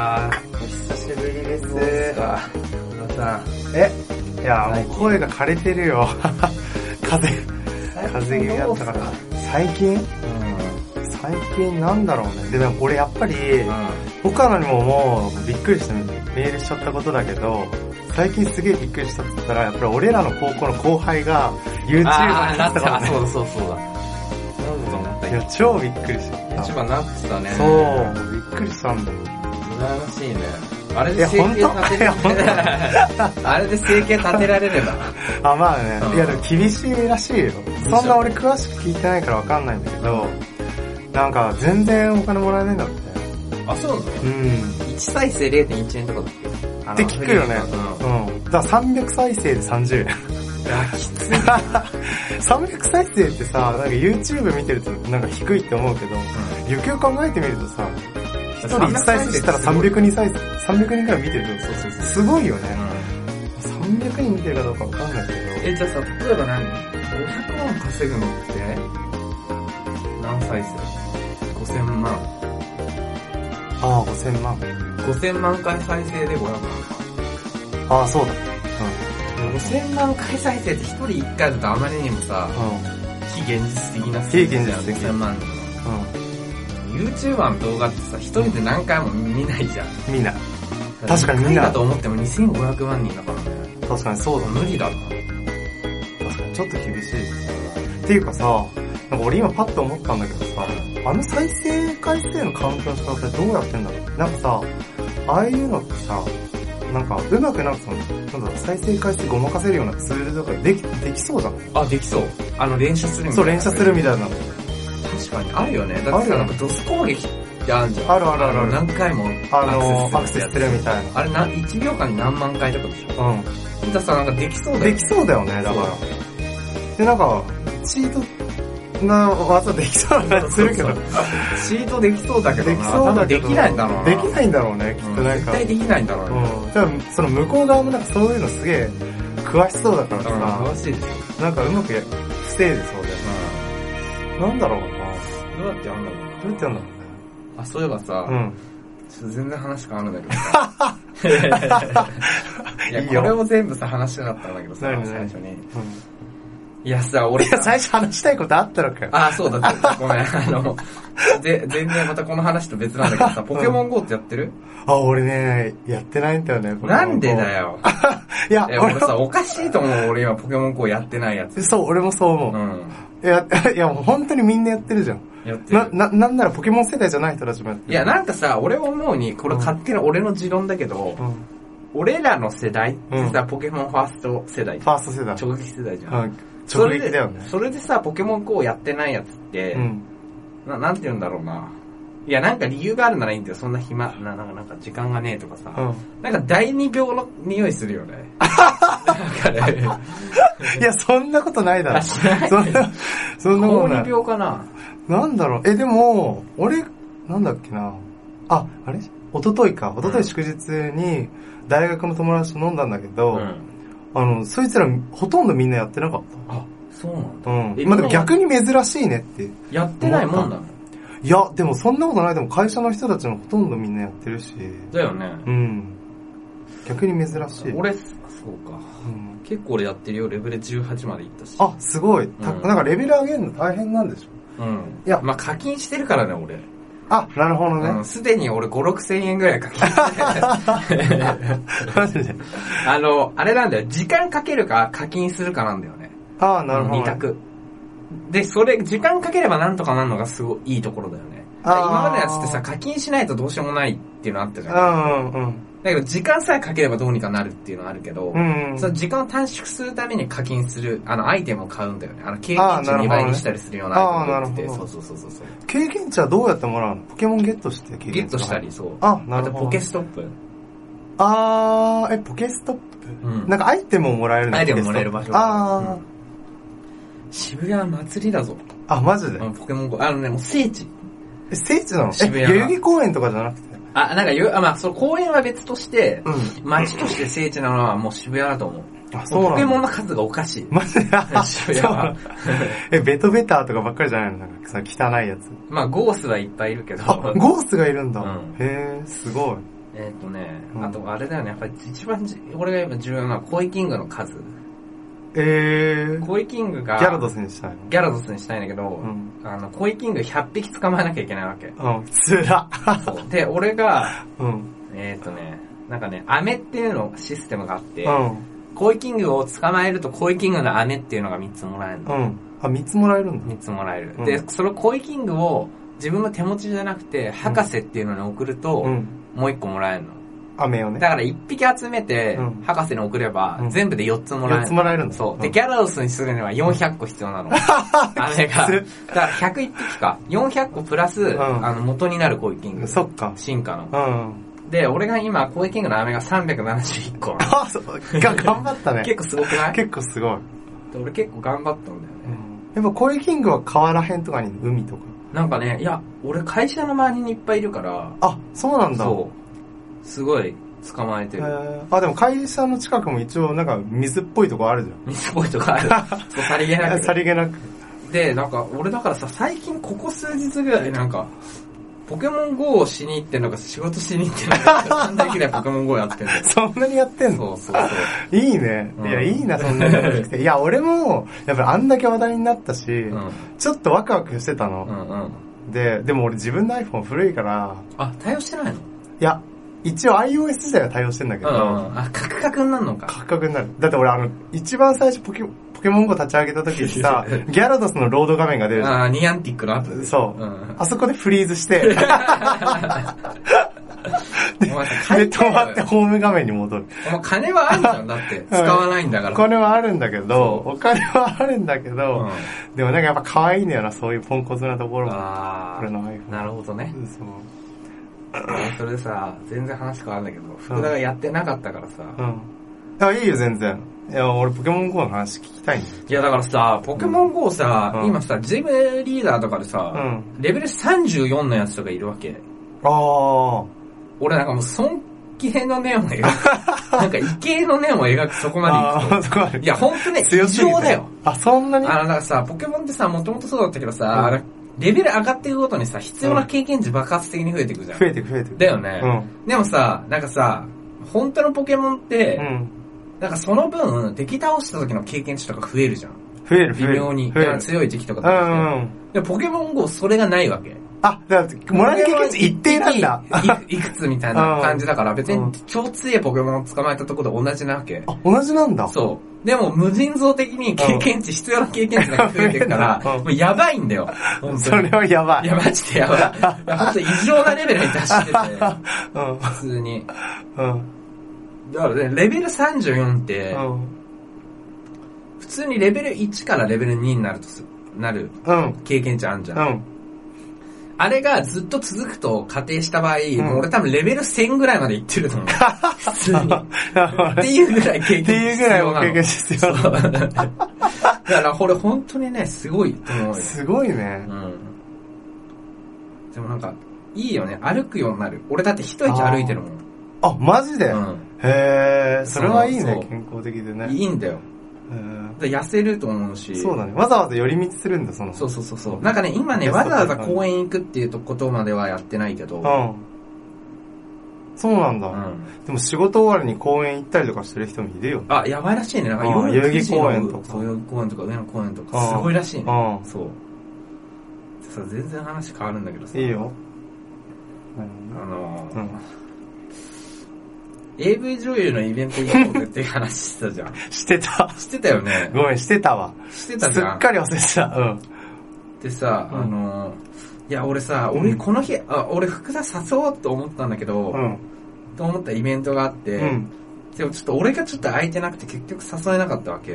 お久しぶりです。 どうですか、 小田さん。 いや、もう声が枯れてるよ。風邪気味だったから。最近なんだろうね。でも俺やっぱり、他のにももうびっくりしてメールしちゃったことだけど、最近すげえびっくりしたって言ったら、やっぱり俺らの高校の後輩が YouTuber になったからね。 そうだ。なんだと思った。 いや、超びっくりした。 一番なってたね。 そう、びっくりしたんだよ。 羨ましいね。あれで生計立てれあれで生計立てられれば。 あ、まあね。いや、でも厳しいらしいよ。そんな俺詳しく聞いてないからわかんないんだけど、なんか全然お金もらえないんだって。 あ、そうなの？ うん。 1再生 0.1 円とかだっけ？ って聞くよね。うん。だから300再生で30円。 いや、きつい。 300再生ってさ、なんか YouTube 見てるとなんか低いって思うけど、よくよく考えてみるとさ、一人1再生したら300人くらい見てると、そうすごいよね。300人見てるかどうかわかんないけど。 じゃあさ、例えば何 ?500 万稼ぐのって何再生 ?5000 万。 ああ、5000万。 5000万回再生で500万か。 ああ、そうだ。 5000万回再生って一人1回だとあまりにもさ、非現実的な非現実的。 5000万人。YouTuber の動画ってさ、一人で何回も見ないじゃん。 見ない。確かに見ない。 だと思っても2500万人だからね。 確かにそうだ。 無理だな。 確かにちょっと厳しい。っていうかさ、なんか俺今パッと思ったんだけどさ、あの再生回数のカウントの仕方ってどうやってんだろう。なんかさ、ああいうのってさ、なんかうまくなんか再生回数ごまかせるようなツールとかできそうじゃん。 あ、できそう。連射するみたいな。 そう、連射するみたいな。 確かにあるよね。だってさ、なんかドス攻撃ってあるじゃん。 ある。 何回もアクセスするみたいな。 あれ1秒間に何万回とかでしょ。うん。ださ、なんかできそうだよね。 できそうだよね、だから。で、なんか、チートな技できそうな感じするけど。 チートできそうだけどな。 できそうだけど。 できないんだろうな。 できないんだろうね、きっとなんか。 絶対できないんだろうね。 多分その向こう側もなんかそういうのすげえ詳しそうだからさ。 詳しいでしょ。 なんかうまく防いでそうだよね。なんだろうな。 どうやってやるんだろうな。 どうやってやるんだろうね。 あ、そういえばさ、ちょっと全然話変わるんだけどさ。いや、これも全部さ、話したかったんだけどさ、最初に。いやさ、俺さ、 最初話したいことあったのかよ。 あ、そうだ、ごめん。全然またこの話と別なんだけどさ、ポケモン GO ってやってる？ あ、俺ね、やってないんだよね、 なんでだよ。 いや、 俺さ、おかしいと思う、俺今ポケモン GO やってないやつ。 そう、俺もそう思う。いや、もう本当にみんなやってるじゃん。 やってる。 なんならポケモン世代じゃない人たちもやってる。 いや、なんかさ、俺思うに、これ勝手な俺の持論だけど、俺らの世代ってさ、ポケモンファースト世代。 ファースト世代。 直撃世代じゃん。 直撃だよね。 それでさ、ポケモン GO やってないやつって、なんて言うんだろうな。いや、なんか理由があるならいいんだよ。そんな暇、なんか時間がねえとかさ。なんか第二病の匂いするよね。 いや、そんなことないだろ。そんなことない。 高二病かな。 なんだろう。でも、俺、なんだっけな。あれ一昨日祝日に大学の友達と飲んだんだけど、そいつらほとんどみんなやってなかった。 あ、そうなんだ。 まあでも逆に珍しいねって。 やってないもんなの？ いや、でもそんなことない。でも会社の人たちのほとんどみんなやってるし。 だよね。 逆に珍しい。 俺、そうか。結構俺やってるよ。レベル18まで行ったし。 あ、すごい。なんかレベル上げるの大変なんでしょ？ いや、まあ課金してるからね、俺。 あ、なるほどね。 すでに俺5、6千円ぐらい課金してる。 マジで。 あれなんだよ。時間かけるか課金するかなんだよね。 あ、なるほど。 2択。で、時間かければなんとかなるのがすごいいいところだよね。今までのやつってさ、課金しないとどうしようもないっていうのあったじゃん。だけど時間さえかければどうにかなるっていうのはあるけど、その時間を短縮するために課金する、アイテムを買うんだよね。経験値2倍にしたりするようなアイテムを買って。そう。 経験値はどうやってもらうの？ポケモンゲットして経験値ゲットしたり、そう。 あ、なるほど。 あとポケストップ。 ポケストップ？なんかアイテムをもらえるの？ アイテムもらえる場所。渋谷祭りだぞ。 あ、マジで？ ポケモン GO。もう聖地。 聖地なの？ 渋谷。 代々木公園とかじゃなくて？ まあ、その公園は別として、街として聖地なのはもう渋谷だと思う。 あ、そうなんだ。 ポケモンの数がおかしい。 マジで？ 渋谷は。 ベトベターとかばっかりじゃないの？なんかさ、汚いやつ。 まあ、ゴースはいっぱいいるけど。 あ、ゴースがいるんだ。へー、すごい。 あとあれだよね、やっぱり一番俺が今重要なのはコイキングの数。コイキングがギャラドスにしたいの？ ギャラドスにしたいんだけど、コイキング100匹捕まえなきゃいけないわけ。 つら。 そう。で、俺が、なんかね、飴っていうのシステムがあって、コイキングを捕まえるとコイキングの飴っていうのが3つもらえるの。 3つもらえるんだ。 3つもらえる。で、そのコイキングを自分の手持ちじゃなくて、博士っていうのに送ると、もう1個もらえるの。 飴をね。 だから1匹集めて、博士に送れば、全部で4つもらえる。 4つもらえるんだ。 そう。で、ギャラドスにするには400個必要なの。飴が。だから101匹か。400個プラス、元になるコイキング。 そっか。 進化の。で、俺が今、コイキングの飴が371個。 頑張ったね。 結構すごくない？ 結構すごい。 俺結構頑張ったんだよね。 やっぱコイキングは川らへんとかに海とか。 なんかね、いや、俺会社の周りにいっぱいいるから。 あ、そうなんだ。 そう。すごい捕まえてる。 でも会社の近くも一応なんか水っぽいとこあるじゃん。 水っぽいとこある。そう、さりげなく。 さりげなく。 で、なんか俺だからさ、最近ここ数日ぐらいなんか、ポケモン GO をしに行ってんのか仕事しに行ってんのか、そんなにポケモン GO やってんの。 そんなにやってんの？そう。いいね。いや、いいな、そんなにやってきて。いや、俺も、やっぱりあんだけ話題になったし、ちょっとワクワクしてたの。でも俺自分の iPhone 古いから。 あ、対応してないの？ いや、一応 iOS 自体は対応してんだけど。 カクカクになるのか。 カクカクになる。だって俺一番最初ポケモン GO 立ち上げた時にさ、ギャラドスのロード画面が出るじゃん。 ニアンティックの後で。 そう。あそこでフリーズして、で、止まってホーム画面に戻る。 お前金はあるじゃん、だって。使わないんだから。 金はあるんだけど、お金はあるんだけど、でもなんかやっぱ可愛いんだよな、そういうポンコツなところも。これの iPhone。 なるほどね。そう。それでさ、全然話変わるんだけど、福田がやってなかったからさ。 いいよ、全然。いや、俺ポケモン GO の話聞きたいんだよ。 いや、だからさ、ポケモン GO さ、今さ、ジムリーダーとかでさ、レベル34のやつとかいるわけ。俺なんかもう尊敬の念を描く。なんか異形の念を描くそこまで行く。いや、ほんとね、異常だよ。 そんなに？ だからさ、ポケモンってさ、もともとそうだったけどさ、レベル上がっていくごとにさ、必要な経験値爆発的に増えていくじゃん。 増えていく。 だよね。でもさ、なんかさ、本当のポケモンって、なんかその分、敵倒した時の経験値とか増えるじゃん。 増える。 微妙に。強い敵とかでポケモン GO それがないわけ。 だから、もらえる経験値一定なんだ。 いくつみたいな感じだから、別に超強いポケモンを捕まえたところで同じなわけ。 同じなんだ。 そう。でも、無尽蔵的に経験値、必要な経験値が増えてるから、もうやばいんだよ。 それはやばい。 いや、マジでやばい。ほんと異常なレベルに達してて、普通に。だからね、レベル34って、普通にレベル1からレベル2になる経験値あるじゃん。あれがずっと続くと仮定した場合、もう俺多分レベル1000ぐらいまでいってると思う。普通に。っていうぐらい経験必要なの。だからこれ本当にね、すごいと思うよ。 すごいね。 でもなんか、いいよね。歩くようになる。俺だって一息歩いてるもん。 マジで？へー、それはいいね、健康的でね。 いいんだよ。痩せると思うし。 そうだね。わざわざ寄り道するんだ、 そう。なんかね、今ね、わざわざ公園行くっていうことまではやってないけど。 そうなんだ。でも仕事終わりに公園行ったりとかしてる人もいるよ。 やばいらしいね。なんか代々木公園とか。 代々木公園とか上野公園とか、すごいらしいね。そう。さ、全然話変わるんだけどさ。 いいよ。 AV 女優のイベント行こうぜっていう話してたじゃん。 してたよね。 ごめん、してたわ。 してたじゃん。 すっかり忘れてた。 でさ、いや、俺さ、俺この日、俺福田誘おうと思ったんだけど、と思ったイベントがあって、でもちょっと俺がちょっと空いてなくて結局誘えなかったわけ。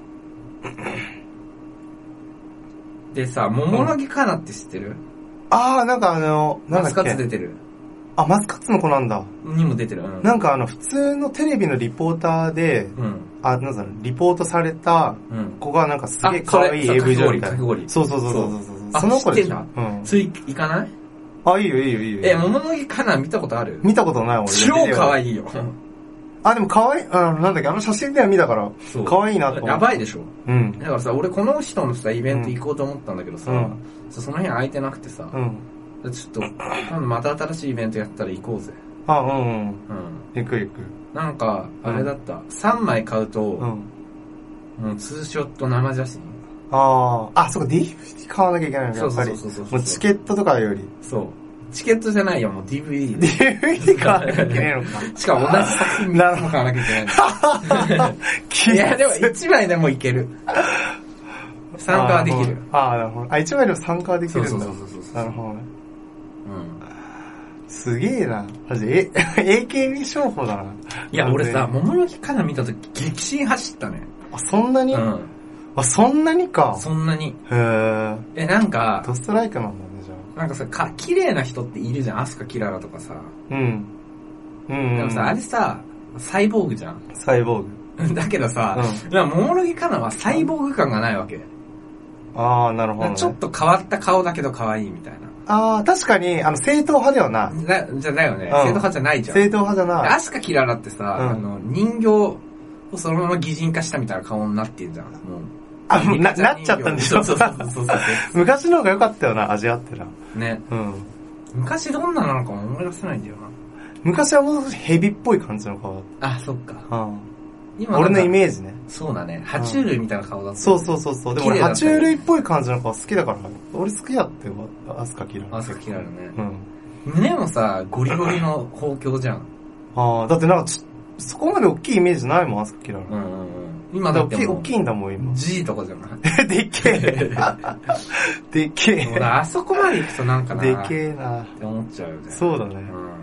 でさ、桃の木かなって知ってる？ なんかマスカッツ出てる。 マスカッツの子なんだ。 にも出てる。 なんか普通のテレビのリポーターで、なんだろう、リポートされた子がなんかすげえ可愛い AV 女優みたいな。そう。その子でしょ。 それ行かない？ いいよ。 桃の木かな見たことある？ 見たことない俺。 超可愛いよ。 でも可愛い、なんだっけ、写真では見たから、可愛いなと思って。 やばいでしょ。だからさ、俺この人のさ、イベント行こうと思ったんだけどさ、その辺空いてなくてさ、ちょっと、今度また新しいイベントやったら行こうぜ。 あ、うんうん。行く。 なんか、あれだった。3枚買うと、もうツーショット生写真。 あ、そうか、DVD 買わなきゃいけないのか、やっぱり。 そう。 もうチケットとかより。 そう。チケットじゃないよ、もう DVD で。 DVD 買わなきゃいけないのか。 しかも同じ作品3つも買わなきゃいけない。いや、でも1枚でもいける。参加はできる。 なるほど。1枚でも参加はできるんだ。そう。なるほどね。すげえな。マジ、AKB 商法だな。 いや、俺さ、桃の木かな見たとき激震走ったね。 あ、そんなに？そんなにか。 そんなに。 へなんか、 ドストライクなんだね、じゃあ。なんかさ、綺麗な人っているじゃん。アスカキララとかさ。でもさ、あれさ、サイボーグじゃん。 サイボーグ。 だけどさ、桃の木かなはサイボーグ感がないわけ。 ああ、なるほど、ね。 ちょっと変わった顔だけど可愛いみたいな。 ああ、確かに、正統派ではない。 だよね。正統派じゃないじゃん。 正統派じゃない。 アスカキララってさ、人形をそのまま擬人化したみたいな顔になってるじゃん。もうなっちゃったんでしょ。そう。昔の方が良かったよな、味あってな。 ね。昔どんなのかも思い出せないんだよな。 昔はもう少しヘビっぽい感じの顔だった。 あ、そっか。 今俺のイメージね。 そうだね。爬虫類みたいな顔だった。 そう。でも俺爬虫類っぽい感じの顔好きだから、俺好きだってよ、アスカキララ。 アスカキララね。胸もさ、ゴリゴリの包協じゃん。 だってなんかそこまで大きいイメージないもん、アスカキララ。 今だって大きいんだもん、今。 G とかじゃないでっけえ。でっけえ。 あそこまで行くとなんかな。 でっけえな。 って思っちゃうよね。 そうだね。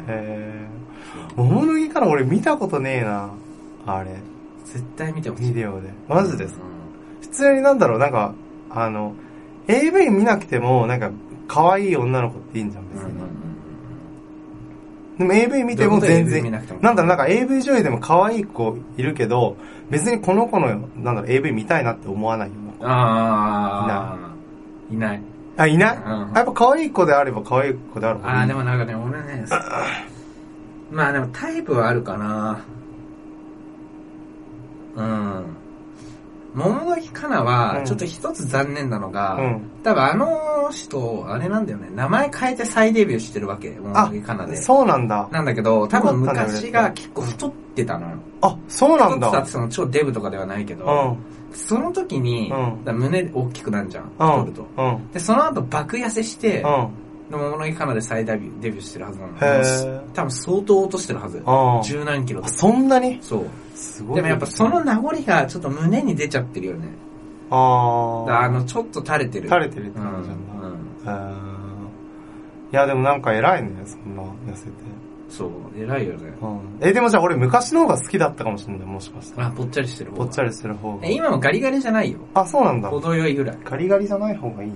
桃の木から俺見たことねえな。あれ。 絶対見てほしい。 ビデオで。マジです。普通になんだろう、なんか、AV 見なくても、なんか、可愛い女の子っていいんじゃん、別に。でも AV 見ても全然、なんだろう、なんか AV 女優でも可愛い子いるけど、別にこの子の、なんだろう、AV 見たいなって思わないような。 いない。 いない？やっぱ可愛い子であれば可愛い子である方がいい。 でもなんかね、俺ね、まあでもタイプはあるかな。桃の木かなは、ちょっと一つ残念なのが、多分あの人、あれなんだよね、名前変えて再デビューしてるわけ、桃の木かなで。 そうなんだ。 なんだけど、多分昔が結構太ってたのよ。 そうなんだ。 太ってたってその超デブとかではないけど、その時に、胸大きくなるじゃん、太ると。で、その後爆痩せして、桃の木かなで再デビューしてるはずなの。多分相当落としてるはず。10何キロとか。 そんなに？ そう。 すごい。 でもやっぱその名残がちょっと胸に出ちゃってるよね。ちょっと垂れてる。 垂れてるって感じなんだ。いやでもなんか偉いね、そんな痩せて。 そう、偉いよね。 でもじゃあ俺昔の方が好きだったかもしれない、もしかしたら。 ぽっちゃりしてる方が。 ぽっちゃりしてる方が。 今もガリガリじゃないよ。 そうなんだ。 程よいぐらい。 ガリガリじゃない方がいいね。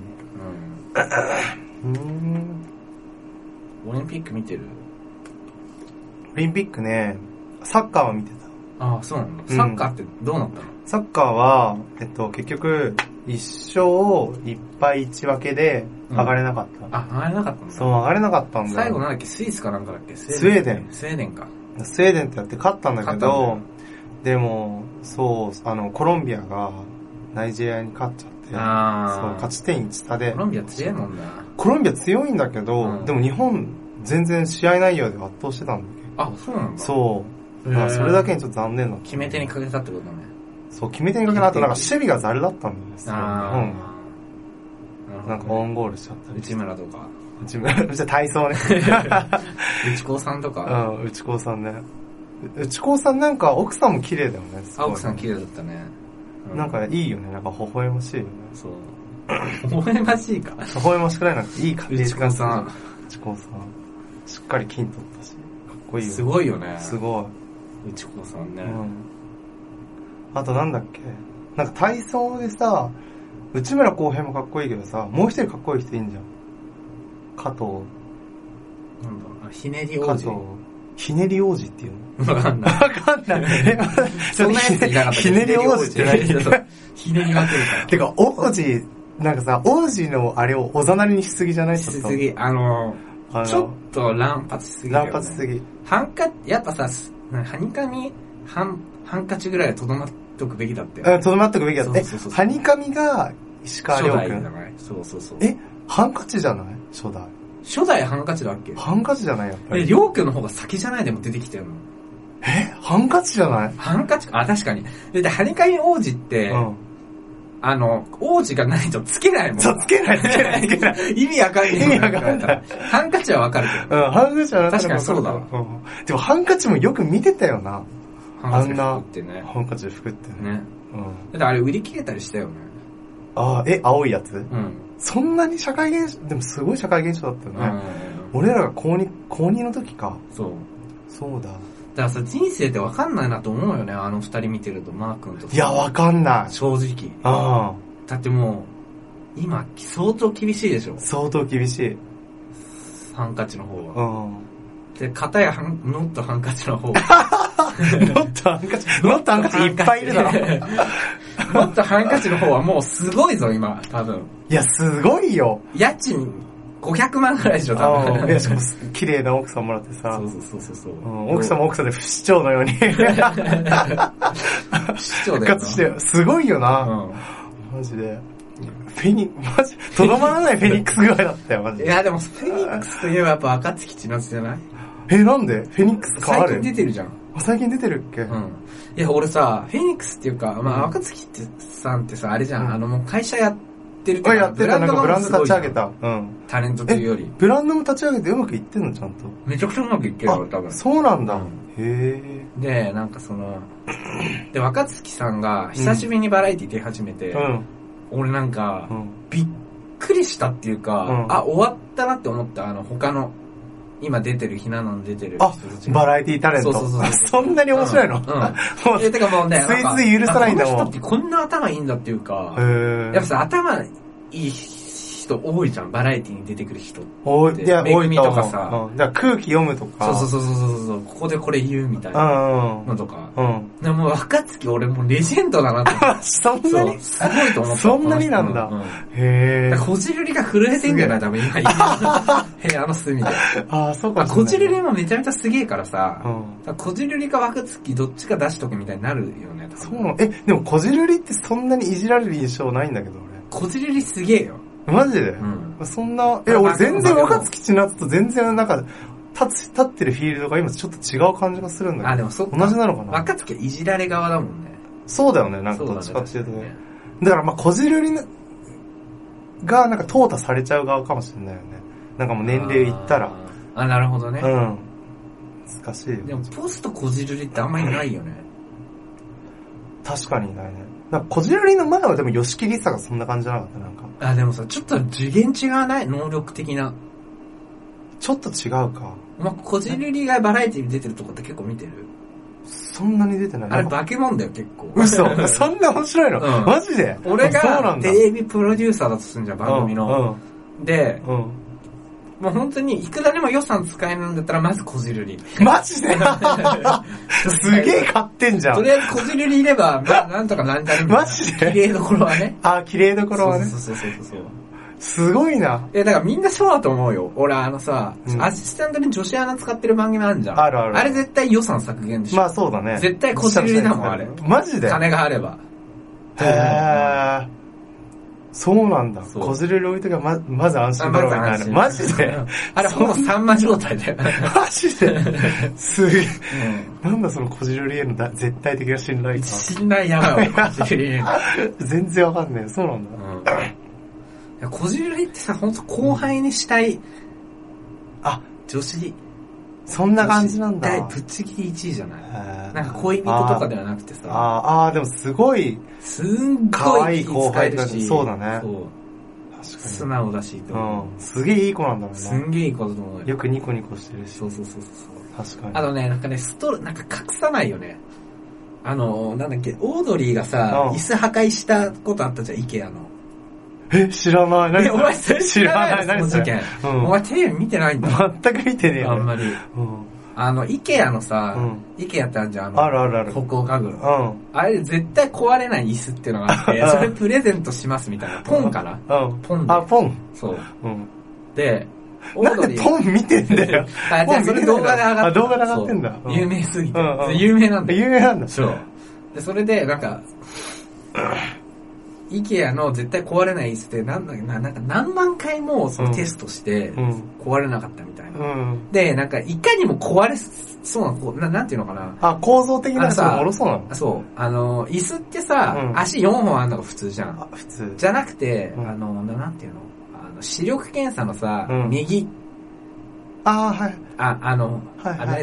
オリンピック見てる？ オリンピックね、サッカーは見てた。 そうなんだ。サッカーってどうなったの？ サッカーは、結局、1勝1敗1分けで上がれなかった。 上がれなかったんだ。 そう、上がれなかったんだ。 最後なんだっけ？スイスかなんかだっけ？ スウェーデン。 スウェーデンか。 スウェーデンってやって勝ったんだけど、でも、そう、コロンビアがナイジェリアに勝っちゃって、そう、勝ち点1差で。 コロンビア強いもんな。 コロンビア強いんだけど、でも日本全然試合内容で圧倒してたんだけど。 そうなんだ。 そう。それだけにちょっと残念だった。 決め手にかけたってことだね。 そう、決め手にかけた後、なんか守備がザルだったんだよね。日本が。なんかオウンゴールしちゃったり。 内村とか。 じゃ体操ね。 内子さんとか。 内子さんね。内子さんなんか奥さんも綺麗だよね。 奥さん綺麗だったね。 なんかいいよね。なんか微笑ましいよね。 そう。微笑ましいか。 微笑ましくないなんかいい感じ。 内子さん。 内子さん。しっかり金取ったし。かっこいいよね。 すごいよね。 すごい。内子さんね。 あとなんだっけ。なんか体操でさ、内村航平もかっこいいけどさ、もう一人かっこいい人いいんじゃん。加藤。 なんだろう、ひねり王子。 ひねり王子っていうの？わかんない。 わかんない。 そんなやついなかった。 ひねり王子って何？ ひねりまくるから。 てか、王子、なんかさ、王子のあれをおざなりにしすぎじゃない？ しすぎ。ちょっと乱発しすぎだよね。 乱発しすぎ。 やっぱさ、はにかみ、ハンカチぐらいとどまっとくべきだったよ。 とどまっとくべきだった。はにかみが石川遼君。 そうそうそう。 ハンカチじゃない？初代。 初代ハンカチだっけ？ ハンカチじゃないやっぱり。 りょうくんの方が先じゃないでも出てきてるの。 ハンカチじゃない？ ハンカチか、確かに。で、ハニカミ王子って、王子がないとつけないもん。 そう、つけない。 意味わかんない。 意味わかんない。 ハンカチはわかるけど。 ハンカチは確かにそうだわ。 でもハンカチもよく見てたよな。 あんな、ハンカチで服ってね。 だってあれ売り切れたりしたよね。 青いやつ？そんなに社会現象、でもすごい社会現象だったよね。俺らが高2の時か。そうだ。 だからさ、人生ってわかんないなと思うよね、あの二人見てると、マー君と。 いや、わかんない。 正直。だってもう、今、相当厳しいでしょ。 相当厳しい。 ハンカチの方は。で、片やノットハンカチの方。 ノットハンカチいっぱいいるだろ。 ノットハンカチの方はもうすごいぞ、今、多分。 いや、すごいよ。 家賃500万くらいでしょ、多分。 いや、しかも、綺麗な奥さんもらってさ。 そう。 奥さんも奥さんで不死鳥のように。 不死鳥だよな。 して、すごいよな。マジで。マジ、とどまらないフェニックスぐらいだったよ、マジで。 いや、でも、フェニックスといえばやっぱ若月千夏じゃない？ なんでフェニックス変わる？ 最近出てるじゃん。 最近出てるっけ？ いや、俺さ、フェニックスっていうか、若月さんってさ、あれじゃん、もう会社やってるやってた、なんかブランド立ち上げた。 タレントというより。 ブランドも立ち上げてうまくいってんの、ちゃんと。 めちゃくちゃうまくいってるよ、多分。 そうなんだ。へぇ。で、なんかで、若月さんが久しぶりにバラエティ出始めて、俺なんか、びっくりしたっていうか、終わったなって思った、他の、今出てる、ひなの出てる人たち。 バラエティタレント。そんなに面白いの？ てかもうね、 スイーツ許さないんだもん。 この人ってこんな頭いいんだっていうか、やっぱさ、頭いい人多いじゃん、バラエティに出てくる人。 多い。いや、 めぐみとかさ。 だから空気読むとか。 そう、ここでこれ言うみたいなのとか。でも若月俺もうレジェンドだなって。 そんなにすごいと思った。 そんなになんだ。へぇー。 こじるりが震えてんじゃない多分今。部屋の隅で。 そうか。 こじるりもめちゃめちゃすげえからさ、こじるりか若月どっちか出しとけみたいになるよね。 そうなの？でもこじるりってそんなにいじられる印象ないんだけど俺。 こじるりすげえよ。 マジで？そんな、俺全然若月千夏と全然なんか、立ってるフィールドが今ちょっと違う感じがするんだけど。 でもそっか。 同じなのかな？ 若月はいじられ側だもんね。 そうだよね、なんかどっちかっていうとね。だからこじるりがなんか淘汰されちゃう側かもしれないよね。なんかもう年齢いったら。 なるほどね。 難しいよ。 でもポストこじるりってあんまりないよね。 確かにいないね。こじるりの前はでも吉木りさがそんな感じじゃなかったなんか。 でもさ、ちょっと次元違わない？能力的な。 ちょっと違うか。 こじるりがバラエティに出てるとこって結構見てる？ そんなに出てない。 あれ化け物だよ結構。 嘘。そんな面白いの？マジで？ 俺がテレビプロデューサーだとするんじゃん、番組の。で、もう本当にいくらでも予算使えるんだったらまずこじるり。 マジで？すげえ買ってんじゃん。 とりあえずこじるりいれば、なんとかなんだろう。 マジで？ 綺麗どころはね。 綺麗どころはね。 そう。 すごいな。 だからみんなそうだと思うよ。俺アシスタントに女子アナ使ってる番組あるじゃん。 ある。 あれ絶対予算削減でしょ。 まあそうだね。 絶対こじるりだもん、あれ。 マジで？ 金があれば。 へー。そうなんだ。こじるり置いとけばまず安心だろうみたいな。マジで？ あれほぼサンマ状態だよ。 マジですげえ。なんだそのこじるりへの絶対的な信頼感。 信頼やばいわ、こじるり。 全然わかんねえ。そうなんだ。 こじるりってさ、ほんと後輩にしたい。女子。 そんな感じなんだ。 絶対ぶっちぎり1位じゃない？なんか恋人とかではなくてさ。 でもすごい。 すんごい後輩だし。そうだね。 そう。確かに。素直だし。 すげえいい子なんだろうね。 すんげえいい子だと思うよ。 よくニコニコしてるし。 そう。 確かに。 なんかね、なんか隠さないよね。なんだっけ、オードリーがさ、椅子破壊したことあったじゃん、イケアの。 知らない。何お前それ知らない何その事件。お前テレビ見てないんだ。 全く見てねえよ。 あんまり。イケアのさ、イケアってあるじゃん、 ある。 歩行家具。あれ絶対壊れない椅子っていうのがあって、それプレゼントしますみたいな。ポンかな？ポンで。 ポン。 そう。で、 なんでポン見てんだよ。 じゃあそれ動画で上がって動画で上がってんだ。 有名すぎて。有名なんだ。 有名なんだ。 そう。で、それで、なんか、 IKEA の絶対壊れない椅子ってなんだっけな、なんか何万回もそのテストして壊れなかったみたいな。で、なんかいかにも壊れそうな、なんていうのかな。 あ、構造的なさ、おろそうなの？ そう。椅子ってさ、足4本あるのが普通じゃん。 あ、普通。 じゃなくて、なんていうの？視力検査のさ、右。 はい。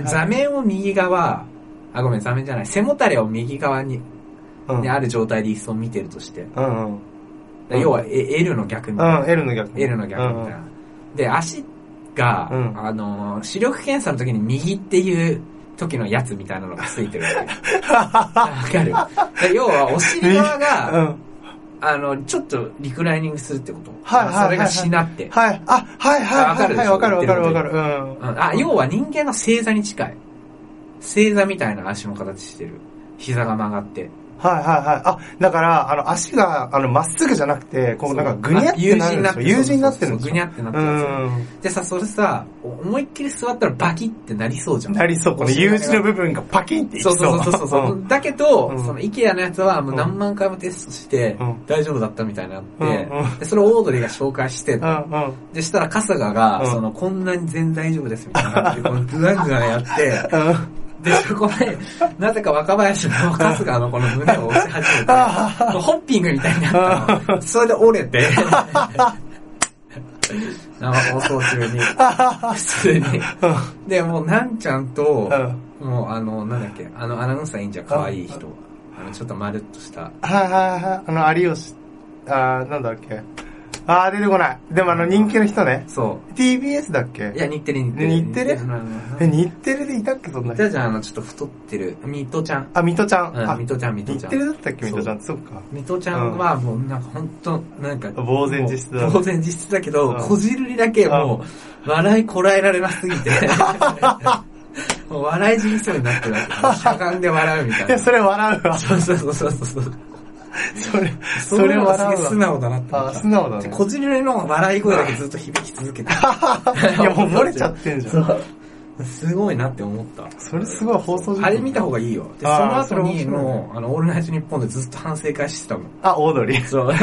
座面を右側、ごめん、座面じゃない。背もたれを右側に、ある状態で椅子を見てるとして。要は、L の逆みたいな。 L の逆みたいな。で、足が、視力検査の時に右っていう時のやつみたいなのがついてるわけ。わかる？要は、お尻側が、ちょっとリクライニングするってこと。それがしなって。 わかる。 要は人間の正座に近い。正座みたいな足の形してる。膝が曲がって。 あ、だから、足が、まっすぐじゃなくて、こうなんかぐにゃってなるんですよ。U字になってるんですよ。 ぐにゃってなってるんですよ。でさ、それさ、思いっきり座ったらバキってなりそうじゃん。 なりそう。この U 字の部分がパキンっていきそう。 そう。だけど、その IKEA のやつはもう何万回もテストして、大丈夫だったみたいになって、で、それをオードリーが紹介してで、したら春日が、こんなに全然大丈夫ですみたいな感じで、このグワグワやって、で、そこで、なぜか若林の春日のこの胸を押し始めて、ホッピングみたいになったの。それで折れて、生放送中に、普通に。で、もうなんちゃんと、もうなんだっけ、アナウンサーいいんじゃん、可愛い人。ちょっと丸っとした。 有吉、なんだっけ。出てこない。でも人気の人ね。 そう。 TBS だっけ？ いや、日テレ。 日テレでいたっけ、そんな人。 じゃあ、ちょっと太ってる、ミトちゃん。 ミトちゃん。 ミトちゃん。 日テレだったっけ、ミトちゃん。そっか。 ミトちゃんはもうなんかほんと、なんか。 呆然自失だ。 呆然自失だけど、こじるりだけもう、笑いこらえられなすぎて。もう笑い死にそうになってるわけ。しゃがんで笑うみたいな。 いや、それ笑うわ。 そう。それはすげえ素直だなって思った。 素直だね。 こじるりの笑い声だけずっと響き続けて。いや、もう漏れちゃってんじゃん。 すごいなって思った。 それすごい放送あれ見た方がいいよ。で、その後にオールナイトニッポンでずっと反省会してたもん。 オードリー。 そう。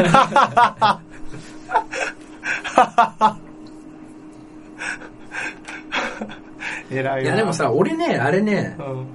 偉い。 いや、でもさ、俺ね、あれね、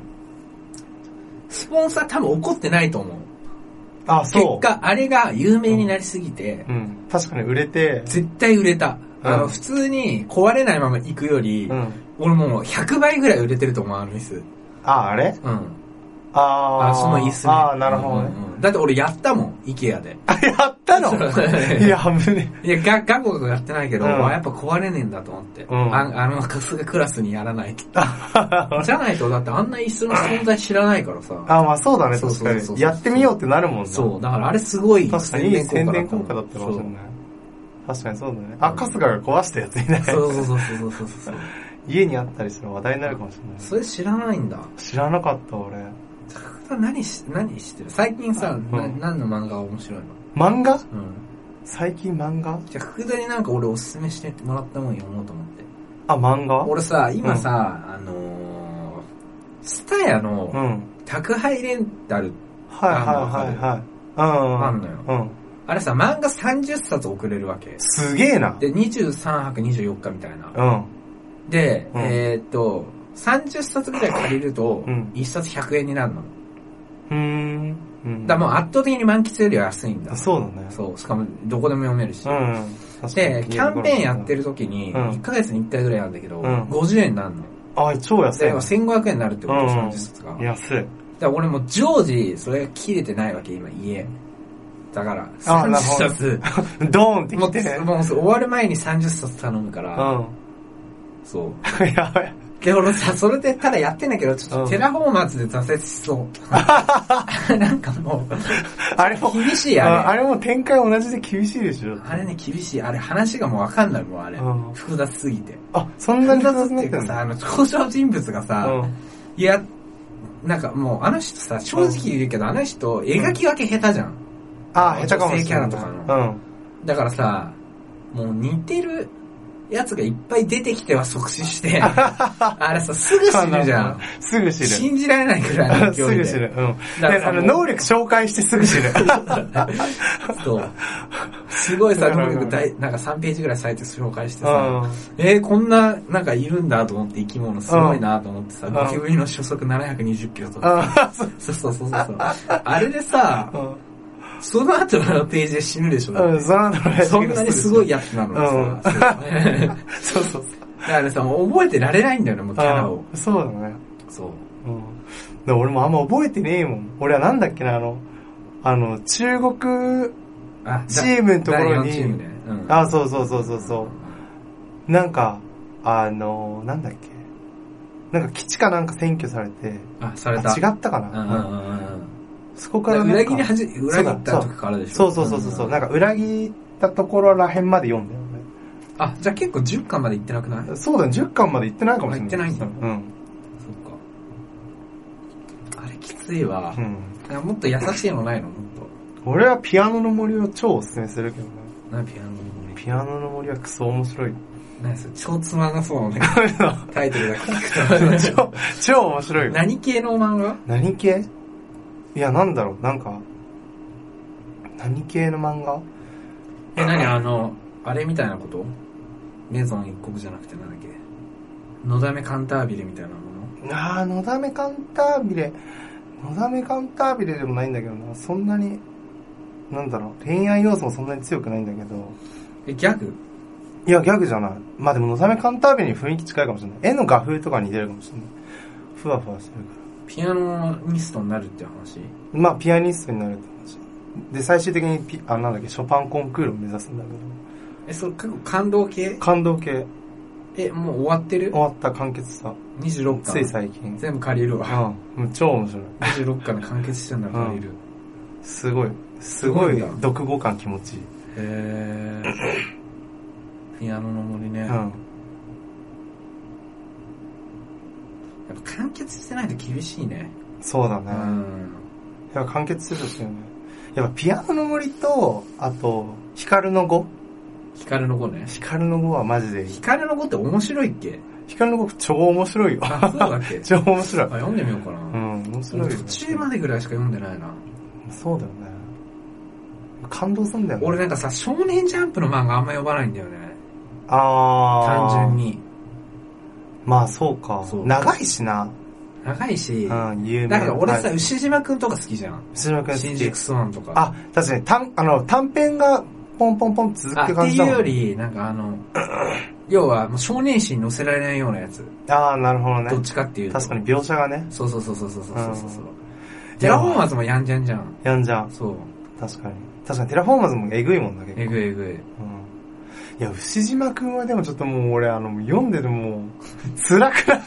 スポンサー多分怒ってないと思う。 そう。 結果、あれが有名になりすぎて、 確かに売れて。 絶対売れた。普通に壊れないまま行くより、俺もう100倍ぐらい売れてると思う、あの椅子。 あれ？ その椅子ね。 なるほどね。 だって俺やったもん、IKEA で。 やったの？いや、危ねえ。いや、ガンゴがやってないけど、やっぱ壊れねえんだと思って。春日クラスにやらないと。じゃないと、だってあんな椅子の存在知らないからさ。 まあそうだね、確かに。やってみようってなるもんね。 そう、だからあれすごい確かにいい宣伝効果だったかもしれない。確かにそうだね。春日が壊したやついない。 そう。 家にあったりしたら話題になるかもしれない。 それ知らないんだ。 知らなかった俺。 何してる？最近さ、何の漫画が面白いの？ 漫画？最近漫画？ じゃあ福田になんか俺おすすめしてもらったもん読もうと思って。 漫画？ 俺さ、今さ、スタヤの宅配レンタルあんのよ。あれさ、漫画30冊送れるわけ。 すげえな。 で、23泊24日みたいな。で、30冊ぐらい借りると、1冊100円になるの。だからもう圧倒的に満喫よりは安いんだ。 そうだね。 そう。しかもどこでも読めるし。で、キャンペーンやってる時に、1ヶ月に1回ぐらいなんだけど、50円になるの。 超安い。 で、1500円になるってこと、30冊が。 安い。だから俺も常時、それが切れてないわけ、今、家。だから、30冊。 ドーンって来てね。 もう終わる前に30冊頼むから。そう。 やばい。 で、俺さ、それでただやってんだけど、ちょっとテラフォーマーズで挫折しそう。なんかもう、あれも厳しいあれも展開同じで厳しいでしょ。 あれね、厳しい。あれ話がもうわかんないもん、あれ。複雑すぎて。 そんなに複雑っていうかさ、登場人物がさ、いや、なんかもうあの人さ、正直言うけど、あの人、描き分け下手じゃん。下手かもしれない。 女性キャラとかの。だからさ、もう似てる。 やつがいっぱい出てきては即死して、あれさ、すぐ死ぬじゃん。 すぐ死ぬ。 信じられないくらいの勢いで。 すぐ死ぬ。うん。能力紹介してすぐ死ぬ。 そう。すごいさ、能力なんか3ページぐらいサイト紹介してさ、こんな、なんかいるんだと思って生き物すごいなと思ってさ、ゴキブリの初速720キロとか。そうそうそうそう。あれでさ、その後のページで死ぬでしょ。 その後のページそんなにすごいやつなのにさ。 そうそうそう。 だからさ、もう覚えてられないんだよね、もうキャラを。 そうだね。 そう。 で俺もあんま覚えてねえもん。俺はなんだっけな、中国チームのところに、そうそうそうそうそう。なんか、なんだっけ。なんか基地かなんか占拠されて、 された。 違ったかな。そこから裏切った時からでしょ。 そう。なんか裏切ったところら辺まで読んだよね。 じゃあ結構10巻まで行ってなくない？ そうだね、10巻まで行ってないかもしれない。 行ってないんだ。 うん。 そっか。あれきついわ。もっと優しいのないの？もっと。俺はピアノの森を超おすすめするけどね。 何ピアノの森？ ピアノの森はクソ面白い。 何それ超つまらなそうなタイトルだけ聞くと。 超面白い。 何系の漫画？ 何系？いや、なんだろう、なんか、何系の漫画？ あれみたいなこと？メゾン一国じゃなくてなんだっけ？のだめカンタービレみたいなもの？のだめカンタービレ。のだめカンタービレでもないんだけどな、そんなに、なんだろう、恋愛要素もそんなに強くないんだけど。 ギャグ？ いや、ギャグじゃない。まあでものだめカンタービレに雰囲気近いかもしれない。絵の画風とかに似てるかもしれない。ふわふわしてるから。 ピアノニストになるって話？ まあ、ピアニストになるって話。で、最終的になんだっけ、ショパンコンクールを目指すんだけど。 それ結構感動系？ 感動系。 もう終わってる？ 終わった、完結した。 26巻。 つい最近。 全部借りるわ。 超面白い。 26巻で完結してんだら借りる。 すごい、読後感気持ちいい。 ピアノの森ね。やっぱ完結してないと厳しいね。 そうだね。やっぱ完結するんですよね。やっぱピアノの森と、あと、光の碁。 光の碁ね。 光の碁はマジでいい。 光の碁って面白いっけ？ 光の碁超面白いよ。 そうだっけ？ 超面白い。 読んでみようかな。 面白いよ。 途中までぐらいしか読んでないな。 そうだよね。感動すんだよね。 俺なんかさ、少年ジャンプの漫画あんま読まないんだよね。単純に。 まあそうか。長いしな。 長いし。 有名。 だから俺さ、牛島くんとか好きじゃん。 牛島くん好き。 新宿スワンとか。 確かに短編がポンポンポン続く感じだもん。 っていうより、なんか要はもう少年誌に載せられないようなやつ。 なるほどね。 どっちかっていうと。 確かに描写がね。 そう。テラフォーマーズもやんじゃんじゃん。 やんじゃん。 そう。 確かにテラフォーマーズもエグいもんだけど。 えぐい。 いや、牛島くんはでもちょっともう俺読んでても辛くな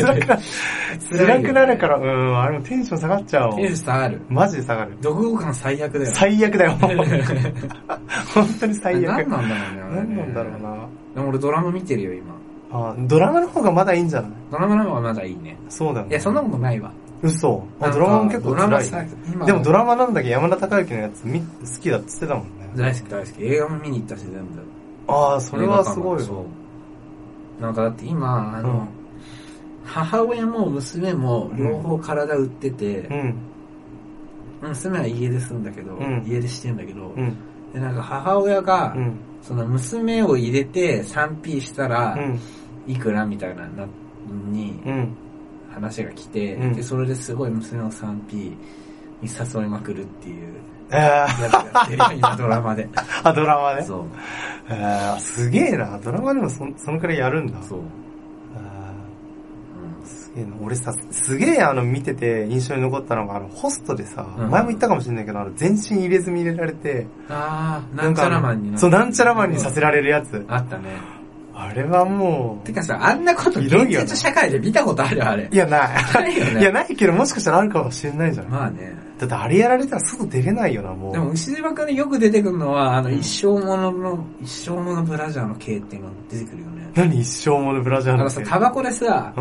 るから、あれもテンション下がっちゃう。 テンション下がる。 マジで下がる。 読後感最悪だよ。 最悪だよ。本当に最悪。 何なんだろうね。 何なんだろうな。 でも俺ドラマ見てるよ、今。 ドラマの方がまだいいんじゃない？ ドラマの方がまだいいね。 そうだね。 いや、そんなことないわ。 嘘。ドラマも結構辛い。でもドラマなんだけど山田孝之のやつ好きだって言ってたもんね。 大好き。映画も見に行ったし、全部。 それはすごいよ。 なんかだって今、母親も娘も両方体売ってて、娘は家で住んだけど、家出してんだけど、で、なんか母親が、その娘を入れて 3P したら、いくらみたいなに、話が来て、で、それですごい娘を 3P に誘いまくるっていう。やつやってるよ、今ドラマで。 ドラマで？ そう。 すげえな。ドラマでもそのくらいやるんだ。 そう。 すげえな。俺さ、すげえ見てて印象に残ったのが、ホストでさ、前も言ったかもしれないけど、全身入れ墨入れられて、 なんちゃらマンになる。 そう、なんちゃらマンにさせられるやつ。 あったね。 あれはもう。 てかさ、あんなこと現実社会で見たことあるあれ。 いや、ない。 ないよね。 いや、ないけど、もしかしたらあるかもしれないじゃん。 まあね。 だってあれやられたら外出れないよな、もう。 でも、牛島くんによく出てくるのは、一生ものブラジャーの系っていうの出てくるよね。 何一生ものブラジャーの系？ タバコでさ、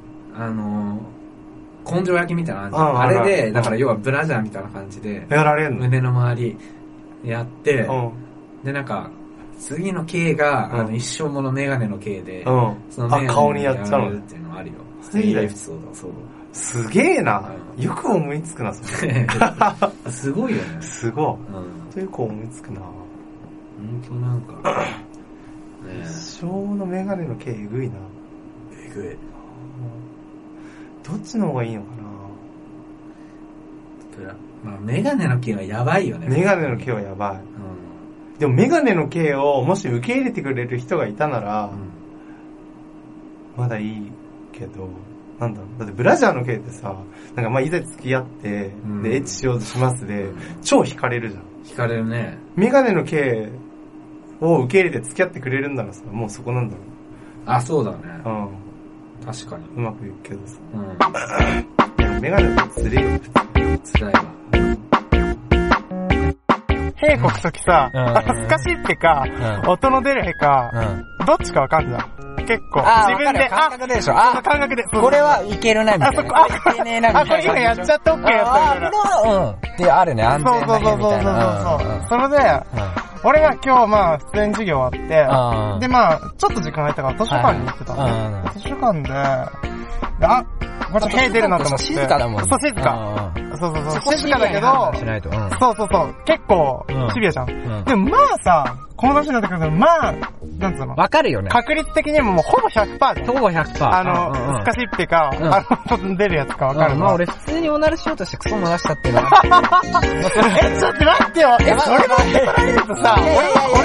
根性焼きみたいなのあれで、だから要はブラジャーみたいな感じで、 やられんの？ 胸の周りやって、で、なんか、 次のK が、一生ものメガネの K で、 そのメガネ顔にやっちゃうっていうのあるよ。いいエピソード、そう。 すげえな。よく思いつくな、それ。 すごいよね。 すごい。よく思いつくな。 ほんとなんか、 一生のメガネの K えぐいな。 えぐい。 どっちの方がいいのかな。まあ、メガネの K はやばいよね。 メガネの K はやばい。でもメガネの K をもし受け入れてくれる人がいたなら、まだいいけど、なんだろう。だってブラジャーの K ってさ、なんかまあいざ付き合って、で、エッチしようとしますで、超惹かれるじゃん。 惹かれるね。 メガネの K を受け入れて付き合ってくれるんならさ、もうそこなんだろう。 あ、そうだね。確かに。 うまくいくけどさ。メガネってつれよ。 つらいわ。 ヘイ国籍さ、スカシッペか、音の出るヘか、どっちかわかんない。結構。 自分で。感覚でしょ。 感覚で。 これはいけるな、みたいな。いけねえな、みたいな。 これ今やっちゃって OK やったみたいな。 で、あるね、安全な家みたいな。それで、俺が今日まあ、出演授業終わって、でまあ、ちょっと時間空いたから図書館に行ってたの。図書館で、これヘイ出るなと思って。 静かだもんね。 そう、静か。そう。静かだけど、そう。結構、シビアじゃん。でもまあさ、この話になってくるけど、まあ、なんつうのわかるよね。 確率的にもうほぼ 100% じゃん。 ほぼ 100%。 スカシッペか、出るやつかわかる。 まあ俺普通におなるしようとしてクソ漏らしたっていうのは。 ちょっと待ってよ。それも受け取られるとさ、俺